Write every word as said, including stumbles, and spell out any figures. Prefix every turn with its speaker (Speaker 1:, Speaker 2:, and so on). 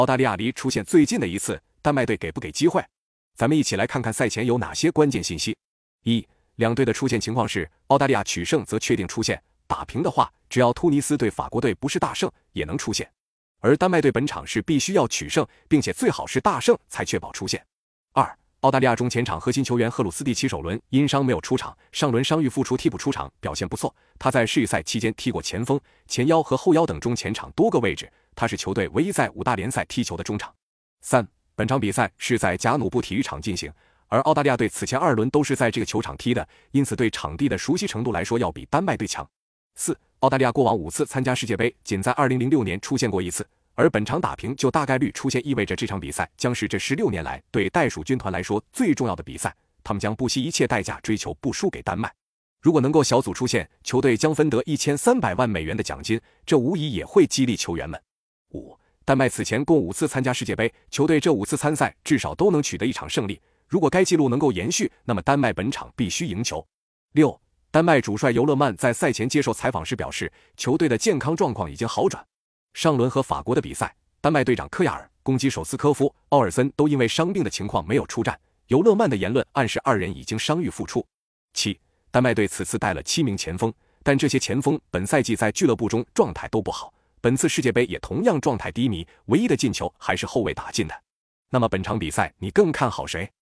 Speaker 1: 澳大利亚离出线最近的一次，丹麦队给不给机会？咱们一起来看看赛前有哪些关键信息。一、两队的出线情况是，澳大利亚取胜则确定出线，打平的话，只要突尼斯对法国队不是大胜，也能出线。而丹麦队本场是必须要取胜，并且最好是大胜才确保出线。二、澳大利亚中前场核心球员赫鲁斯蒂奇首轮因伤没有出场，上轮伤愈复出替补出场，表现不错。他在世预赛期间踢过前锋、前腰和后腰等中前场多个位置，他是球队唯一在五大联赛踢球的中场。三、本场比赛是在贾努布体育场进行，而澳大利亚队此前二轮都是在这个球场踢的，因此对场地的熟悉程度来说要比丹麦队强。四、澳大利亚过往五次参加世界杯，仅在二零零六年出现过一次，而本场打平就大概率出现，意味着这场比赛将是这十六年来对袋鼠军团来说最重要的比赛，他们将不惜一切代价追求不输给丹麦。如果能够小组出线，球队将分得一千三百万美元的奖金，这无疑也会激励球员们。五、丹麦此前共五次参加世界杯，球队这五次参赛至少都能取得一场胜利，如果该纪录能够延续，那么丹麦本场必须赢球。六、丹麦主帅尤勒曼在赛前接受采访时表示，球队的健康状况已经好转。上轮和法国的比赛，丹麦队长科亚尔、攻击手斯科夫、奥尔森都因为伤病的情况没有出战，尤勒曼的言论暗示二人已经伤愈复出。七、丹麦队此次带了七名前锋，但这些前锋本赛季在俱乐部中状态都不好，本次世界杯也同样状态低迷，唯一的进球还是后卫打进的。那么本场比赛你更看好谁？